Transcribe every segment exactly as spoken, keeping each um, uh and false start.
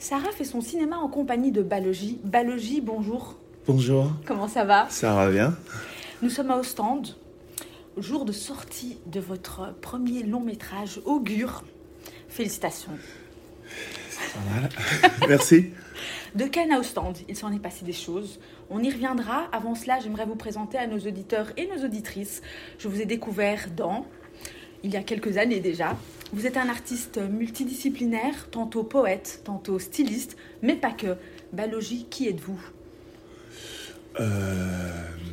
Sarah fait son cinéma en compagnie de Balogi. Balogi, bonjour. Bonjour. Comment ça va? Ça va bien. Nous sommes à Ostende, jour de sortie de votre premier long métrage, Augure. Félicitations. C'est pas mal. Merci. De Cannes à Ostende, il s'en est passé des choses. On y reviendra. Avant cela, j'aimerais vous présenter à nos auditeurs et nos auditrices. Je vous ai découvert dans, il y a quelques années déjà. Vous êtes un artiste multidisciplinaire, tantôt poète, tantôt styliste, mais pas que. Balogi, qui êtes-vous? Euh...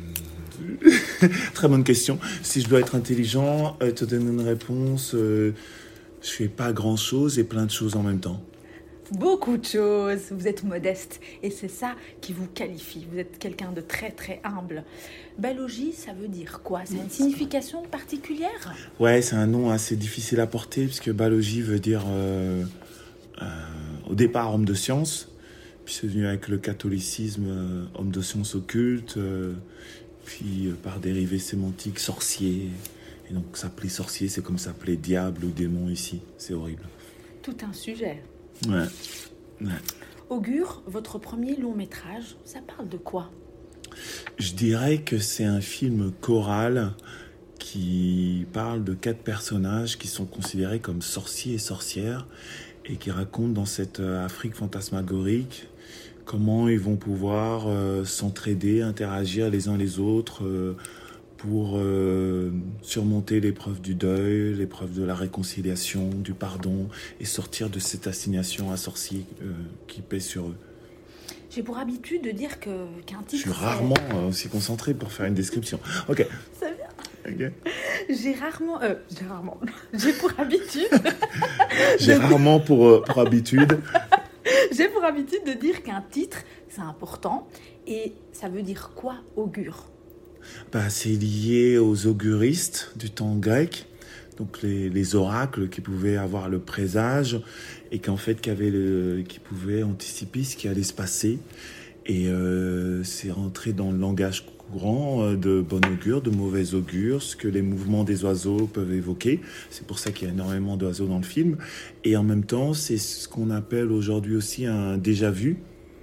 Très bonne question. Si je dois être intelligent, euh, te donner une réponse, euh, je fais pas grand-chose et plein de choses en même temps. Beaucoup de choses. Vous êtes modeste et c'est ça qui vous qualifie. Vous êtes quelqu'un de très très humble. Balogi, ça veut dire quoi? C'est une signification particulière? Ouais, c'est un nom assez difficile à porter puisque Balogi veut dire euh, euh, au départ homme de science, puis c'est venu avec le catholicisme euh, homme de science occulte, euh, puis euh, par dérivés sémantiques sorcier. Et donc s'appeler sorcier, c'est comme s'appeler diable ou démon ici. C'est horrible. Tout un sujet. Ouais. ouais. Augure, votre premier long métrage, ça parle de quoi? Je dirais que c'est un film choral qui parle de quatre personnages qui sont considérés comme sorciers et sorcières et qui racontent dans cette Afrique fantasmagorique comment ils vont pouvoir euh, s'entraider, interagir les uns les autres euh, pour euh, surmonter l'épreuve du deuil, l'épreuve de la réconciliation, du pardon et sortir de cette assignation à sorcier euh, qui pèse sur eux. J'ai pour habitude de dire que, qu'un titre... Je suis rarement euh, aussi concentré pour faire une description. Ok. C'est bien. Okay. J'ai rarement... Euh, j'ai rarement... J'ai pour habitude... j'ai rarement pour, euh, pour habitude... j'ai pour habitude de dire qu'un titre, c'est important. Et ça veut dire quoi, augure? Bah, c'est lié aux auguristes du temps grec. Donc les, les oracles qui pouvaient avoir le présage et qu'en fait qui, avaient le, qui pouvaient anticiper ce qui allait se passer. Et euh, c'est rentré dans le langage courant euh, de bon augure, de mauvais augure, ce que les mouvements des oiseaux peuvent évoquer. C'est pour ça qu'il y a énormément d'oiseaux dans le film. Et en même temps, c'est ce qu'on appelle aujourd'hui aussi un déjà-vu.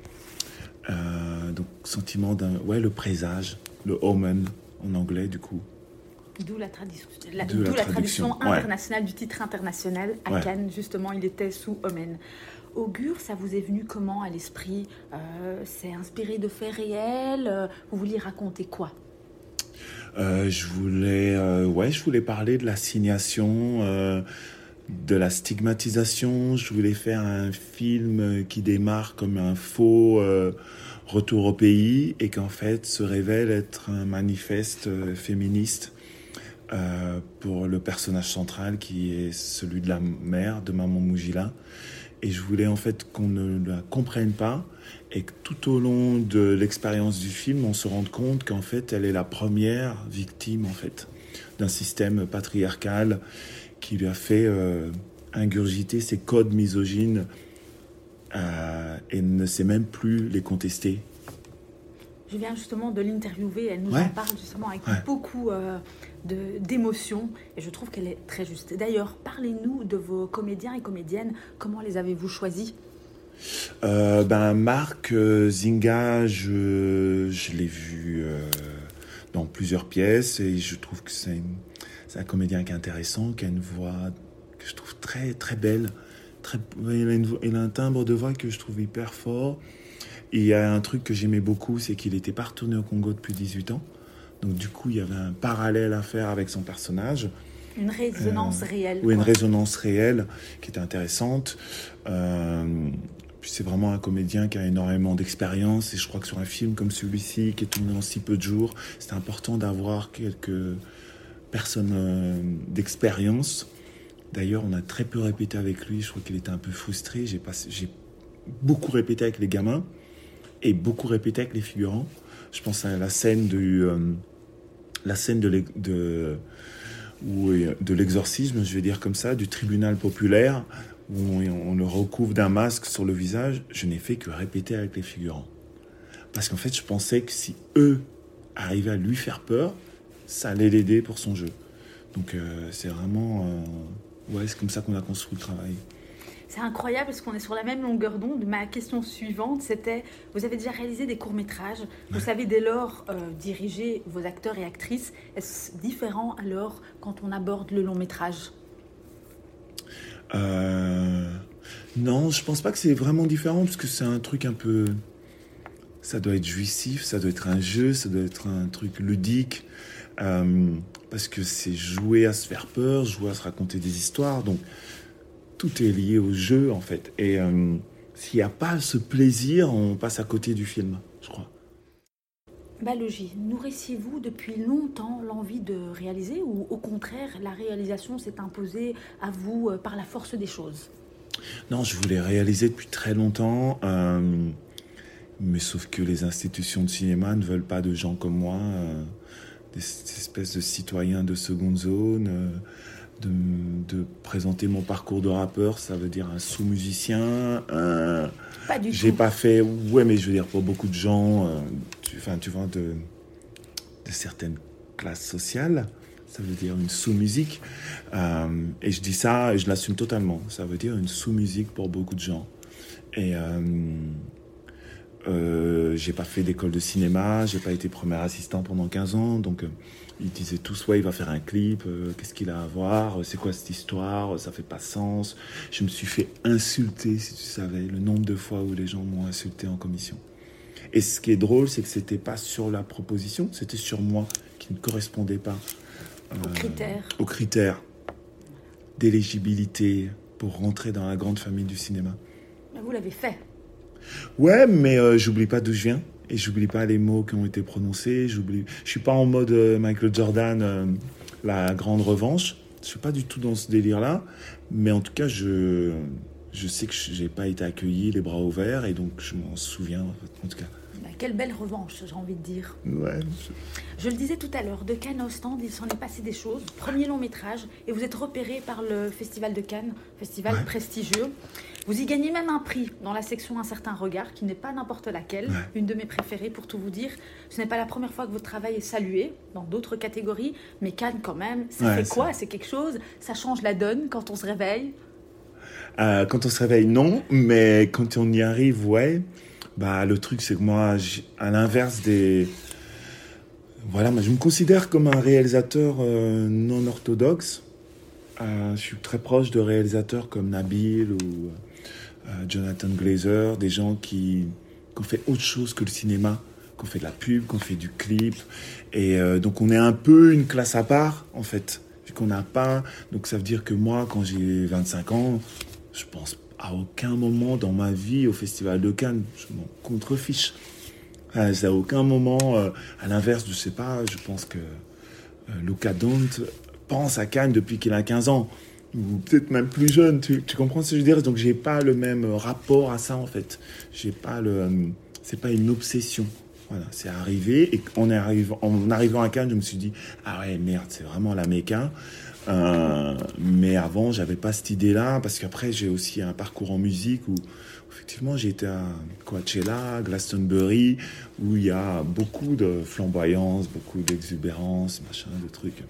Euh, donc sentiment d'un... Ouais, le présage, le omen en anglais du coup. D'où la, tradi- la, d'où d'où la la traduction, traduction internationale ouais. du titre international. À ouais. Cannes, justement, il était sous Omen. Augure, ça vous est venu comment à l'esprit? euh, C'est inspiré de faits réels? Vous vouliez raconter quoi? euh, Je voulais, euh, ouais, je voulais parler de l'assignation, euh, de la stigmatisation. Je voulais faire un film qui démarre comme un faux euh, retour au pays et qu'en fait se révèle être un manifeste euh, féministe. Euh, pour le personnage central qui est celui de la mère de Maman Mougila. Et je voulais en fait qu'on ne la comprenne pas et que tout au long de l'expérience du film, on se rende compte qu'en fait, elle est la première victime en fait d'un système patriarcal qui lui a fait euh, ingurgiter ses codes misogynes euh, et ne sait même plus les contester. Je viens justement de l'interviewer, elle nous ouais. en parle justement avec ouais. beaucoup euh, de, d'émotion et je trouve qu'elle est très juste. D'ailleurs, parlez-nous de vos comédiens et comédiennes, comment les avez-vous choisis? euh, ben, Marc euh, Zinga, je, je l'ai vu euh, dans plusieurs pièces et je trouve que c'est, une, c'est un comédien qui est intéressant, qui a une voix que je trouve très, très belle. Très, il, a une, il a un timbre de voix que je trouve hyper fort. Et il y a un truc que j'aimais beaucoup, c'est qu'il n'était pas retourné au Congo depuis dix-huit ans. Donc du coup, il y avait un parallèle à faire avec son personnage. Une résonance euh, réelle. Oui, une résonance réelle qui était intéressante. Euh, puis c'est vraiment un comédien qui a énormément d'expérience. Et je crois que sur un film comme celui-ci, qui est tourné en si peu de jours, c'est important d'avoir quelques personnes euh, d'expérience. D'ailleurs, on a très peu répété avec lui. Je crois qu'il était un peu frustré. J'ai, passé, j'ai beaucoup répété avec les gamins. Et beaucoup répété avec les figurants. Je pense à la scène du, euh, la scène de, de, où, de l'exorcisme, je vais dire comme ça, du tribunal populaire, où on, on le recouvre d'un masque sur le visage. Je n'ai fait que répéter avec les figurants. Parce qu'en fait, je pensais que si eux arrivaient à lui faire peur, ça allait l'aider pour son jeu. Donc euh, c'est vraiment... Euh, ouais, c'est comme ça qu'on a construit le travail. C'est incroyable parce qu'on est sur la même longueur d'onde. Ma question suivante, c'était, vous avez déjà réalisé des courts-métrages, vous Ouais. savez dès lors euh, diriger vos acteurs et actrices. Est-ce différent alors quand on aborde le long-métrage? Euh, Non, je pense pas que c'est vraiment différent parce que c'est un truc un peu. Ça doit être jouissif, ça doit être un jeu, ça doit être un truc ludique. euh, Parce que c'est jouer à se faire peur, jouer à se raconter des histoires. Donc tout est lié au jeu en fait. Et euh, s'il n'y a pas ce plaisir, on passe à côté du film, je crois. Balogie, nourrissiez-vous depuis longtemps l'envie de réaliser ou au contraire la réalisation s'est imposée à vous euh, par la force des choses? Non, je voulais réaliser depuis très longtemps. euh, Mais sauf que les institutions de cinéma ne veulent pas de gens comme moi, euh, des, des espèces de citoyens de seconde zone, euh, de, de présenter mon parcours de rappeur, ça veut dire un sous-musicien. un- Pas du J'ai tout. pas fait, ouais, mais je veux dire pour beaucoup de gens, euh, tu, enfin, tu vois, de, de certaines classes sociales, ça veut dire une sous-musique. Euh, et je dis ça et je l'assume totalement. Ça veut dire une sous-musique pour beaucoup de gens. Et euh, Euh, j'ai pas fait d'école de cinéma, j'ai pas été premier assistant pendant quinze ans, donc euh, ils disaient tous ouais il va faire un clip, euh, qu'est-ce qu'il a à voir, c'est quoi cette histoire, ça fait pas sens. Je me suis fait insulter, si tu savais, le nombre de fois où les gens m'ont insulté en commission. Et ce qui est drôle, c'est que c'était pas sur la proposition, c'était sur moi qui ne correspondait pas Aux critères. aux critères d'éligibilité pour rentrer dans la grande famille du cinéma. Mais vous l'avez fait. Ouais, mais euh, j'oublie pas d'où je viens et j'oublie pas les mots qui ont été prononcés. J'oublie. Je suis pas en mode euh, Michael Jordan, euh, la grande revanche. Je suis pas du tout dans ce délire-là. Mais en tout cas, je je sais que j'ai pas été accueilli les bras ouverts et donc je m'en souviens en tout cas. Bah, quelle belle revanche, j'ai envie de dire. Ouais. Je le disais tout à l'heure, de Cannes à Ostende, il s'en est passé des choses. Premier long métrage, et vous êtes repéré par le Festival de Cannes, festival Ouais. prestigieux. Vous y gagnez même un prix dans la section Un certain regard, qui n'est pas n'importe laquelle, Ouais. une de mes préférées pour tout vous dire. Ce n'est pas la première fois que votre travail est salué dans d'autres catégories, mais Cannes quand même, ça Ouais, fait c'est quoi? vrai. C'est quelque chose? Ça change la donne quand on se réveille? Euh, quand on se réveille, non, mais quand on y arrive, ouais. Bah, le truc, c'est que moi, j'ai- à l'inverse des. Voilà, moi, je me considère comme un réalisateur euh, non orthodoxe. Euh, je suis très proche de réalisateurs comme Nabil ou euh, Jonathan Glazer, des gens qui, qui ont fait autre chose que le cinéma, qui ont fait de la pub, qui ont fait du clip. Et euh, donc, on est un peu une classe à part, en fait, vu qu'on n'a pas. Donc, ça veut dire que moi, quand j'ai vingt-cinq ans, je pense à aucun moment dans ma vie au Festival de Cannes, je m'en contrefiche. Euh, c'est à aucun moment, euh, à l'inverse, je sais pas, je pense que euh, Luca Dante pense à Cannes depuis qu'il a quinze ans, ou peut-être même plus jeune, tu, tu comprends ce que je veux dire? Donc j'ai pas le même rapport à ça en fait. J'ai pas le, euh, c'est pas une obsession. Voilà, c'est arrivé et en arrivant, en arrivant à Cannes, je me suis dit ah ouais merde, c'est vraiment la Méca. Euh, mais avant, j'avais pas cette idée-là parce qu'après j'ai aussi un parcours en musique où effectivement j'ai été à Coachella, Glastonbury, où il y a beaucoup de flamboyance, beaucoup d'exubérance, machin, de trucs.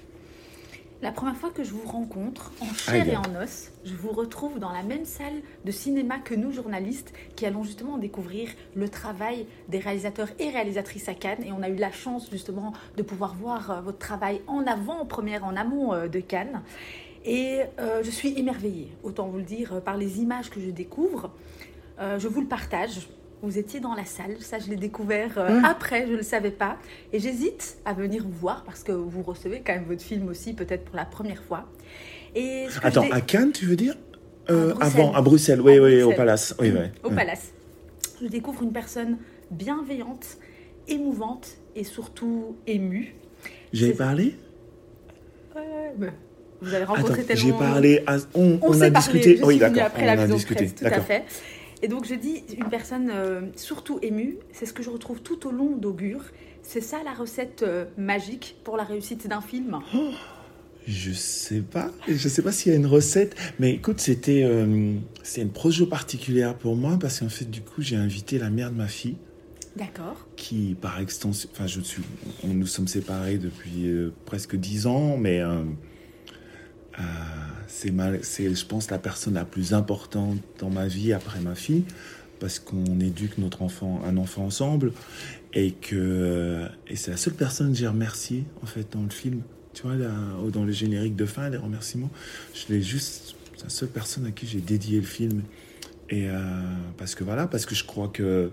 La première fois que je vous rencontre, en chair Aïe. et en os, je vous retrouve dans la même salle de cinéma que nous, journalistes, qui allons justement découvrir le travail des réalisateurs et réalisatrices à Cannes. Et on a eu la chance justement de pouvoir voir euh, votre travail en avant-première, en amont euh, de Cannes. Et euh, je suis émerveillée, autant vous le dire, euh, par les images que je découvre. Euh, je vous le partage. Vous étiez dans la salle, ça je l'ai découvert euh, Ouais. après, je ne le savais pas. Et j'hésite à venir vous voir parce que vous recevez quand même votre film aussi, peut-être pour la première fois. Et ce que Attends, je dé- à Cannes, tu veux dire Euh, À Bruxelles. Avant, à Bruxelles, oui, À oui, Bruxelles. au Palace. Oui, ouais. Au Ouais. Palace. Je découvre une personne bienveillante, émouvante et surtout émue. J'ai C'est- parlé Ouais, mais vous avez rencontré Attends, tellement... j'ai parlé. À... On, On, on s'est a parlé, discuté. je Oui, suis venue d'accord. après On la a vision de discuté. presse, tout à D'accord. fait. Et donc je dis, une personne euh, surtout émue, c'est ce que je retrouve tout au long d'Augure. C'est ça la recette euh, magique pour la réussite d'un film. Je sais pas. Je sais pas s'il y a une recette. Mais écoute, c'était euh, c'est une projo particulière pour moi parce qu'en fait, du coup, j'ai invité la mère de ma fille D'accord. qui, par extension, enfin, je suis, on, nous sommes séparés depuis euh, presque dix ans, mais euh, euh, c'est, ma, c'est, je pense, la personne la plus importante dans ma vie après ma fille, parce qu'on éduque notre enfant, un enfant ensemble, et que et c'est la seule personne que j'ai remerciée, en fait, dans le film. Tu vois, là, dans le générique de fin, les remerciements, je l'ai juste... C'est la seule personne à qui j'ai dédié le film. Et euh, parce que voilà, parce que je crois que...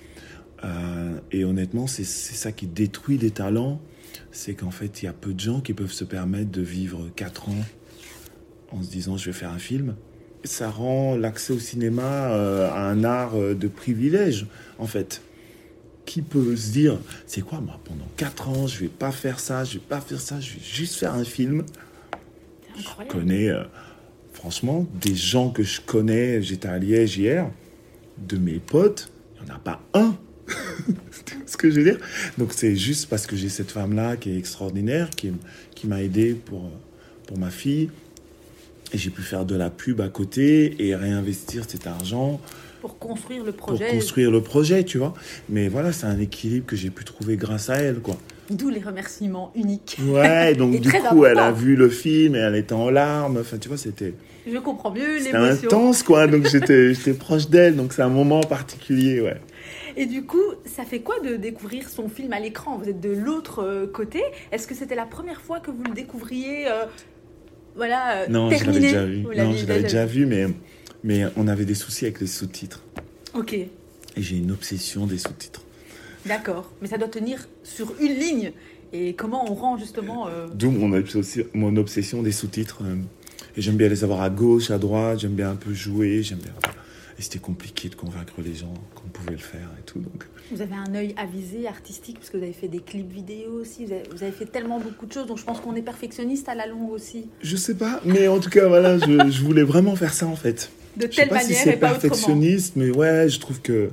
Euh, et honnêtement, c'est, c'est ça qui détruit les talents, c'est qu'en fait, il y a peu de gens qui peuvent se permettre de vivre quatre ans en se disant je vais faire un film. Ça rend l'accès au cinéma euh, à un art euh, de privilège, en fait. Qui peut se dire, c'est quoi, moi, pendant quatre ans, je vais pas faire ça, je vais pas faire ça, je vais juste faire un film. Je connais, euh, franchement, des gens que je connais, j'étais à Liège hier, de mes potes, il n'y en a pas un. C'est ce que je veux dire. Donc c'est juste parce que j'ai cette femme-là qui est extraordinaire, qui, qui m'a aidé pour, pour ma fille. Et j'ai pu faire de la pub à côté et réinvestir cet argent. Pour construire le projet. Pour construire le projet, tu vois. Mais voilà, c'est un équilibre que j'ai pu trouver grâce à elle, quoi. D'où les remerciements uniques. Ouais, donc du coup, important. Elle a vu le film et elle était en larmes. Enfin, tu vois, c'était... Je comprends mieux c'était l'émotion. C'était intense, quoi. Donc j'étais, j'étais proche d'elle. Donc c'est un moment particulier, ouais. Et du coup, ça fait quoi de découvrir son film à l'écran ? Vous êtes de l'autre côté. Est-ce que c'était la première fois que vous le découvriez euh, voilà, Non, terminé. je l'avais déjà vu. Non, je l'avais déjà vu, mais, mais on avait des soucis avec les sous-titres. Ok. Et j'ai une obsession des sous-titres. D'accord. Mais ça doit tenir sur une ligne. Et comment on rend justement... Euh... D'où mon obsession, mon obsession des sous-titres. Euh, et j'aime bien les avoir à gauche, à droite. J'aime bien un peu jouer. J'aime bien... Et c'était compliqué de convaincre les gens qu'on pouvait le faire et tout. Donc. Vous avez un œil avisé, artistique, parce que vous avez fait des clips vidéo aussi. Vous avez, vous avez fait tellement beaucoup de choses. Donc je pense qu'on est perfectionniste à la longue aussi. Je sais pas. Mais en tout cas, voilà, je, je voulais vraiment faire ça en fait. De telle manière si c'est et pas perfectionniste, mais ouais, je trouve que...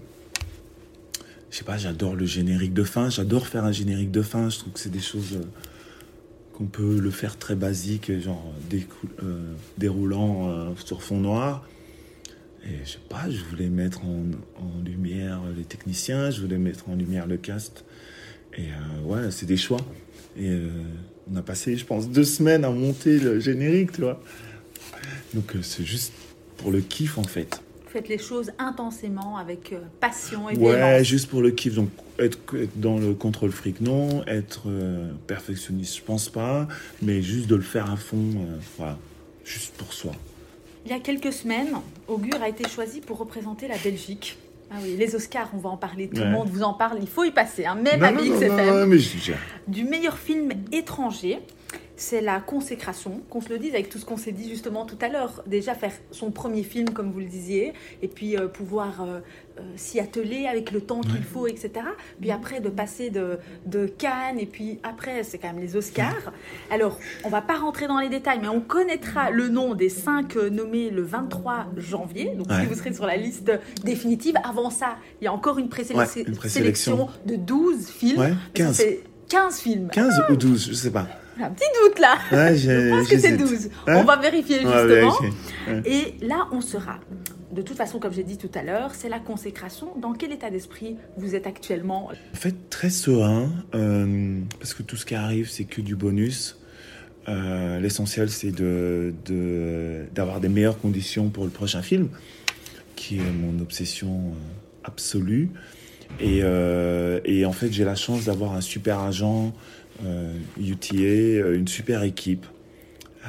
Je sais pas, j'adore le générique de fin. J'adore faire un générique de fin. Je trouve que c'est des choses... Euh, qu'on peut le faire très basique, genre décou- euh, déroulant euh, sur fond noir. Et je sais pas, je voulais mettre en, en lumière les techniciens, je voulais mettre en lumière le cast. Et euh, ouais, c'est des choix. Et euh, on a passé, je pense, deux semaines à monter le générique, tu vois. Donc euh, c'est juste pour le kiff, en fait. Vous faites les choses intensément, avec euh, passion et ouais, véhémence. Juste pour le kiff. Donc être, être dans le contrôle fric, non. Être euh, perfectionniste, je pense pas. Mais juste de le faire à fond, euh, voilà. Juste pour soi. Il y a quelques semaines, Augure a été choisi pour représenter la Belgique. Ah oui, les Oscars, on va en parler, tout ouais. le monde vous en parle, il faut y passer, hein, même non, à non, B X F M. Non, non, mais je... Du meilleur film étranger, c'est la consécration, qu'on se le dise avec tout ce qu'on s'est dit justement tout à l'heure. Déjà faire son premier film, comme vous le disiez, et puis euh, pouvoir euh, euh, s'y atteler avec le temps qu'il ouais. faut, et cetera. Puis après, de passer de, de Cannes, et puis après, c'est quand même les Oscars. Alors, on ne va pas rentrer dans les détails, mais on connaîtra le nom des cinq euh, nommés le vingt-trois janvier. Donc, ouais. si vous serez sur la liste définitive, avant ça, il y a encore une, présélec- ouais, une présélection de douze films. Ouais, quinze. Ça, c'est quinze films. quinze ah. ou douze, je ne sais pas. J'ai un petit doute là. Ouais, je pense que c'est douze. Hein? On va vérifier justement. Va vérifier. Ouais. Et là, on sera. De toute façon, comme j'ai dit tout à l'heure, c'est la consécration. Dans quel état d'esprit vous êtes actuellement ? En fait, très serein, euh, parce que tout ce qui arrive, c'est que du bonus. Euh, l'essentiel, c'est de, de, d'avoir des meilleures conditions pour le prochain film, qui est mon obsession absolue. Et, euh, et en fait, j'ai la chance d'avoir un super agent, euh, U T A, une super équipe. Euh,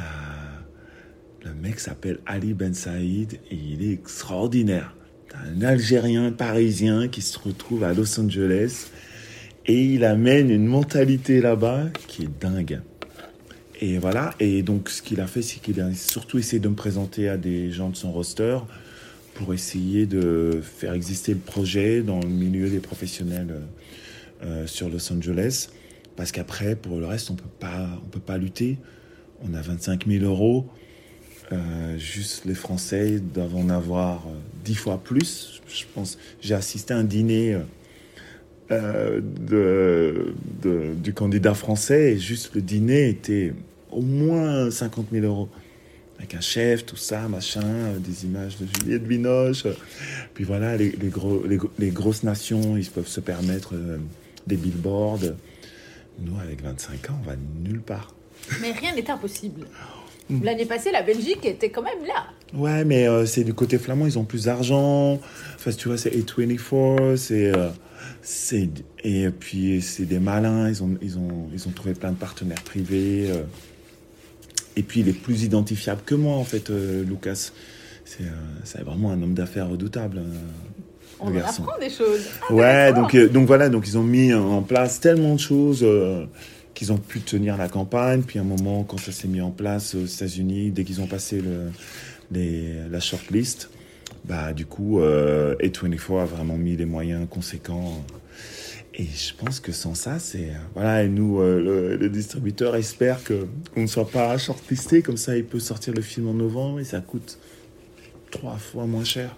le mec s'appelle Ali Ben Saïd et il est extraordinaire. Un Algérien parisien qui se retrouve à Los Angeles et il amène une mentalité là-bas qui est dingue. Et voilà. Et donc, ce qu'il a fait, c'est qu'il a surtout essayé de me présenter à des gens de son roster pour essayer de faire exister le projet dans le milieu des professionnels euh, sur Los Angeles. Parce qu'après, pour le reste, on peut pas, on peut pas lutter. On a vingt-cinq mille euros. Euh, juste les Français doivent en avoir dix fois plus. Je pense, j'ai assisté à un dîner euh, de, de, du candidat français et juste le dîner était au moins cinquante mille euros. Avec un chef, tout ça, machin, des images de Juliette Binoche. Puis voilà, les, les, gros, les, les grosses nations, ils peuvent se permettre euh, des billboards. Nous, avec vingt-cinq ans, on va nulle part. Mais rien n'est impossible. Mm. L'année passée, la Belgique était quand même là. Ouais, mais euh, c'est du côté flamand, ils ont plus d'argent. Enfin, tu vois, c'est A vingt-quatre, c'est, euh, c'est et puis c'est des malins. Ils ont, ils ont, ils ont trouvé plein de partenaires privés. Euh, et puis il est plus identifiable que moi, en fait, euh, Lucas. C'est, euh, c'est vraiment un homme d'affaires redoutable. Euh, On en apprend des choses. Ah, ouais, donc, euh, donc voilà, donc ils ont mis en place tellement de choses. Euh, qu'ils ont pu tenir la campagne. Puis à un moment, quand ça s'est mis en place aux États-Unis, dès qu'ils ont passé le, les, la shortlist, bah, du coup, euh, A vingt-quatre a vraiment mis des moyens conséquents. Et je pense que sans ça, c'est... Voilà, et nous, euh, le, le distributeur espère que, qu'on ne soit pas shortlisté. Comme ça, il peut sortir le film en novembre et ça coûte trois fois moins cher.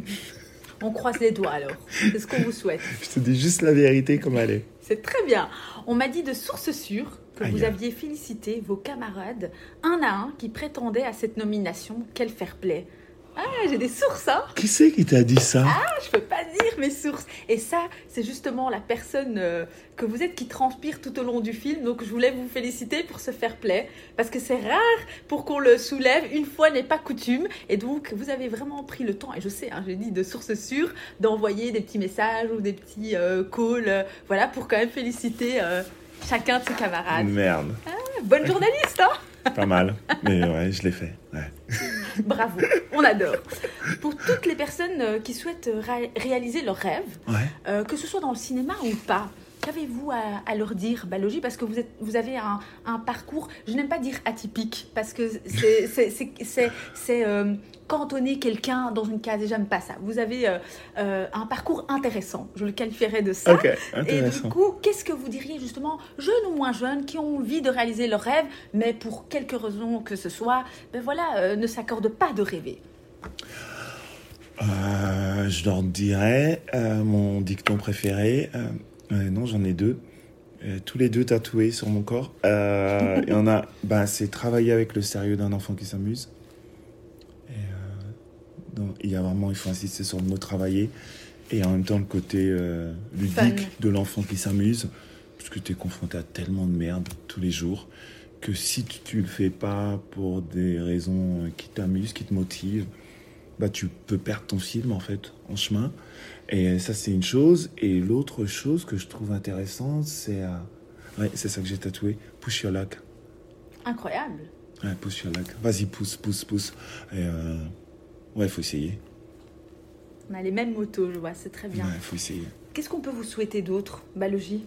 On croise les doigts alors. C'est ce qu'on vous souhaite. Je te dis juste la vérité comme elle est. C'est très bien. On m'a dit de sources sûres que Aïe. vous aviez félicité vos camarades un à un qui prétendaient à cette nomination. Quel fair play. Ah, j'ai des sources, hein. Qui c'est qui t'a dit ça? Ah, je peux pas dire mes sources. Et ça, c'est justement la personne euh, que vous êtes qui transpire tout au long du film. Donc, je voulais vous féliciter pour ce fair play. Parce que c'est rare pour qu'on le soulève. Une fois n'est pas coutume. Et donc, vous avez vraiment pris le temps, et je sais, hein, j'ai dit de sources sûres, d'envoyer des petits messages ou des petits euh, calls. Euh, voilà, pour quand même féliciter euh, chacun de ses camarades. Merde. Ah, bonne journaliste, hein. Pas mal. Mais ouais, je l'ai fait. Ouais. Bravo, on adore. Pour toutes les personnes euh, qui souhaitent ré- réaliser leurs rêves, Ouais. euh, que ce soit dans le cinéma ou pas, qu'avez-vous à, à leur dire, Balogi? Parce que vous, êtes, vous avez un, un parcours, je n'aime pas dire atypique, parce que c'est, c'est, c'est, c'est, c'est euh, cantonner quelqu'un dans une case, et j'aime pas ça. Vous avez euh, euh, un parcours intéressant, je le qualifierais de ça. Ok, Et intéressant. du coup, qu'est-ce que vous diriez justement, jeunes ou moins jeunes, qui ont envie de réaliser leurs rêves, mais pour quelque raison que ce soit, ben voilà, euh, ne s'accordent pas de rêver? Euh, je leur dirais euh, mon dicton préféré. Euh, euh, non, j'en ai deux. Euh, tous les deux tatoués sur mon corps. Euh, Il y en a, bah, c'est travailler avec le sérieux d'un enfant qui s'amuse. Et, euh, donc, il y a vraiment, il faut insister sur le mot travailler. Et en même temps, le côté euh, ludique Fun. de l'enfant qui s'amuse. Parce que tu es confronté à tellement de merde tous les jours que si tu, tu le fais pas pour des raisons qui t'amusent, qui te motivent, bah, tu peux perdre ton film en fait en chemin. Et ça, c'est une chose. Et l'autre chose que je trouve intéressante, c'est euh, ouais, c'est ça que j'ai tatoué, push your luck. Incroyable. Ouais, push your luck. Vas-y, pousse, pousse, pousse. Et euh, ouais, faut essayer. On a les mêmes motos, je vois, c'est très bien. Ouais, faut essayer. Qu'est-ce qu'on peut vous souhaiter d'autre, Balogi?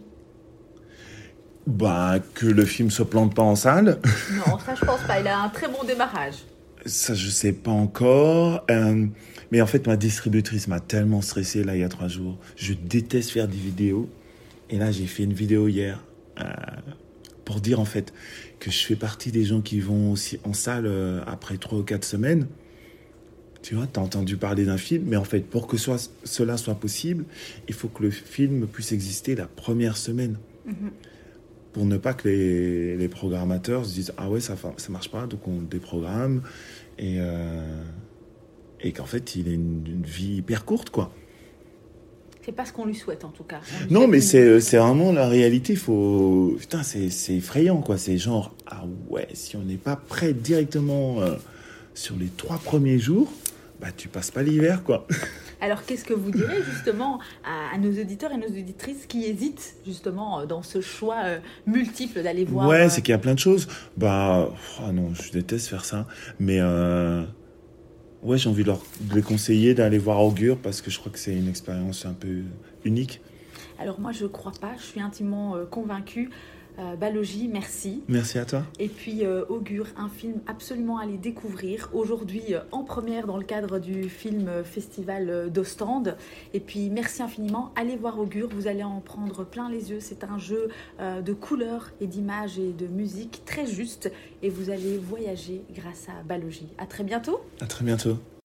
Bah, que le film se plante pas en salle. Non, ça je pense pas, il a un très bon démarrage. Ça, je sais pas encore. Euh, mais en fait, ma distributrice m'a tellement stressé là il y a trois jours. Je déteste faire des vidéos. Et là, j'ai fait une vidéo hier euh, pour dire en fait que je fais partie des gens qui vont aussi en salle euh, après trois ou quatre semaines. Tu vois, t'as entendu parler d'un film, mais en fait, pour que soit, cela soit possible, il faut que le film puisse exister la première semaine. Mhm. Pour ne pas que les, les programmateurs se disent « Ah ouais, ça ça marche pas, donc on le déprogramme. » Et, euh, et qu'en fait, il ait une, une vie hyper courte, quoi. C'est pas ce qu'on lui souhaite en tout cas. On lui Non, souhaite mais une- c'est, c'est vraiment la réalité. Faut... Putain, c'est, c'est effrayant, quoi. C'est genre « Ah ouais, si on n'est pas prêt directement euh, sur les trois premiers jours, bah tu passes pas l'hiver, quoi. » Alors qu'est-ce que vous direz justement à, à nos auditeurs et nos auditrices qui hésitent justement euh, dans ce choix euh, multiple d'aller voir Ouais, euh, c'est qu'il y a plein de choses. Bah, oh non, je déteste faire ça. Mais euh, ouais, j'ai envie de, leur, de les conseiller d'aller voir Augure parce que je crois que c'est une expérience un peu unique. Alors moi je crois pas, je suis intimement euh, convaincue. Euh, Balogi, merci. Merci à toi. Et puis euh, Augure, un film absolument à aller découvrir aujourd'hui euh, en première dans le cadre du film euh, Festival euh, d'Ostende. Et puis merci infiniment, allez voir Augure, vous allez en prendre plein les yeux. C'est un jeu euh, de couleurs et d'images et de musique très juste et vous allez voyager grâce à Balogi. À très bientôt. À très bientôt.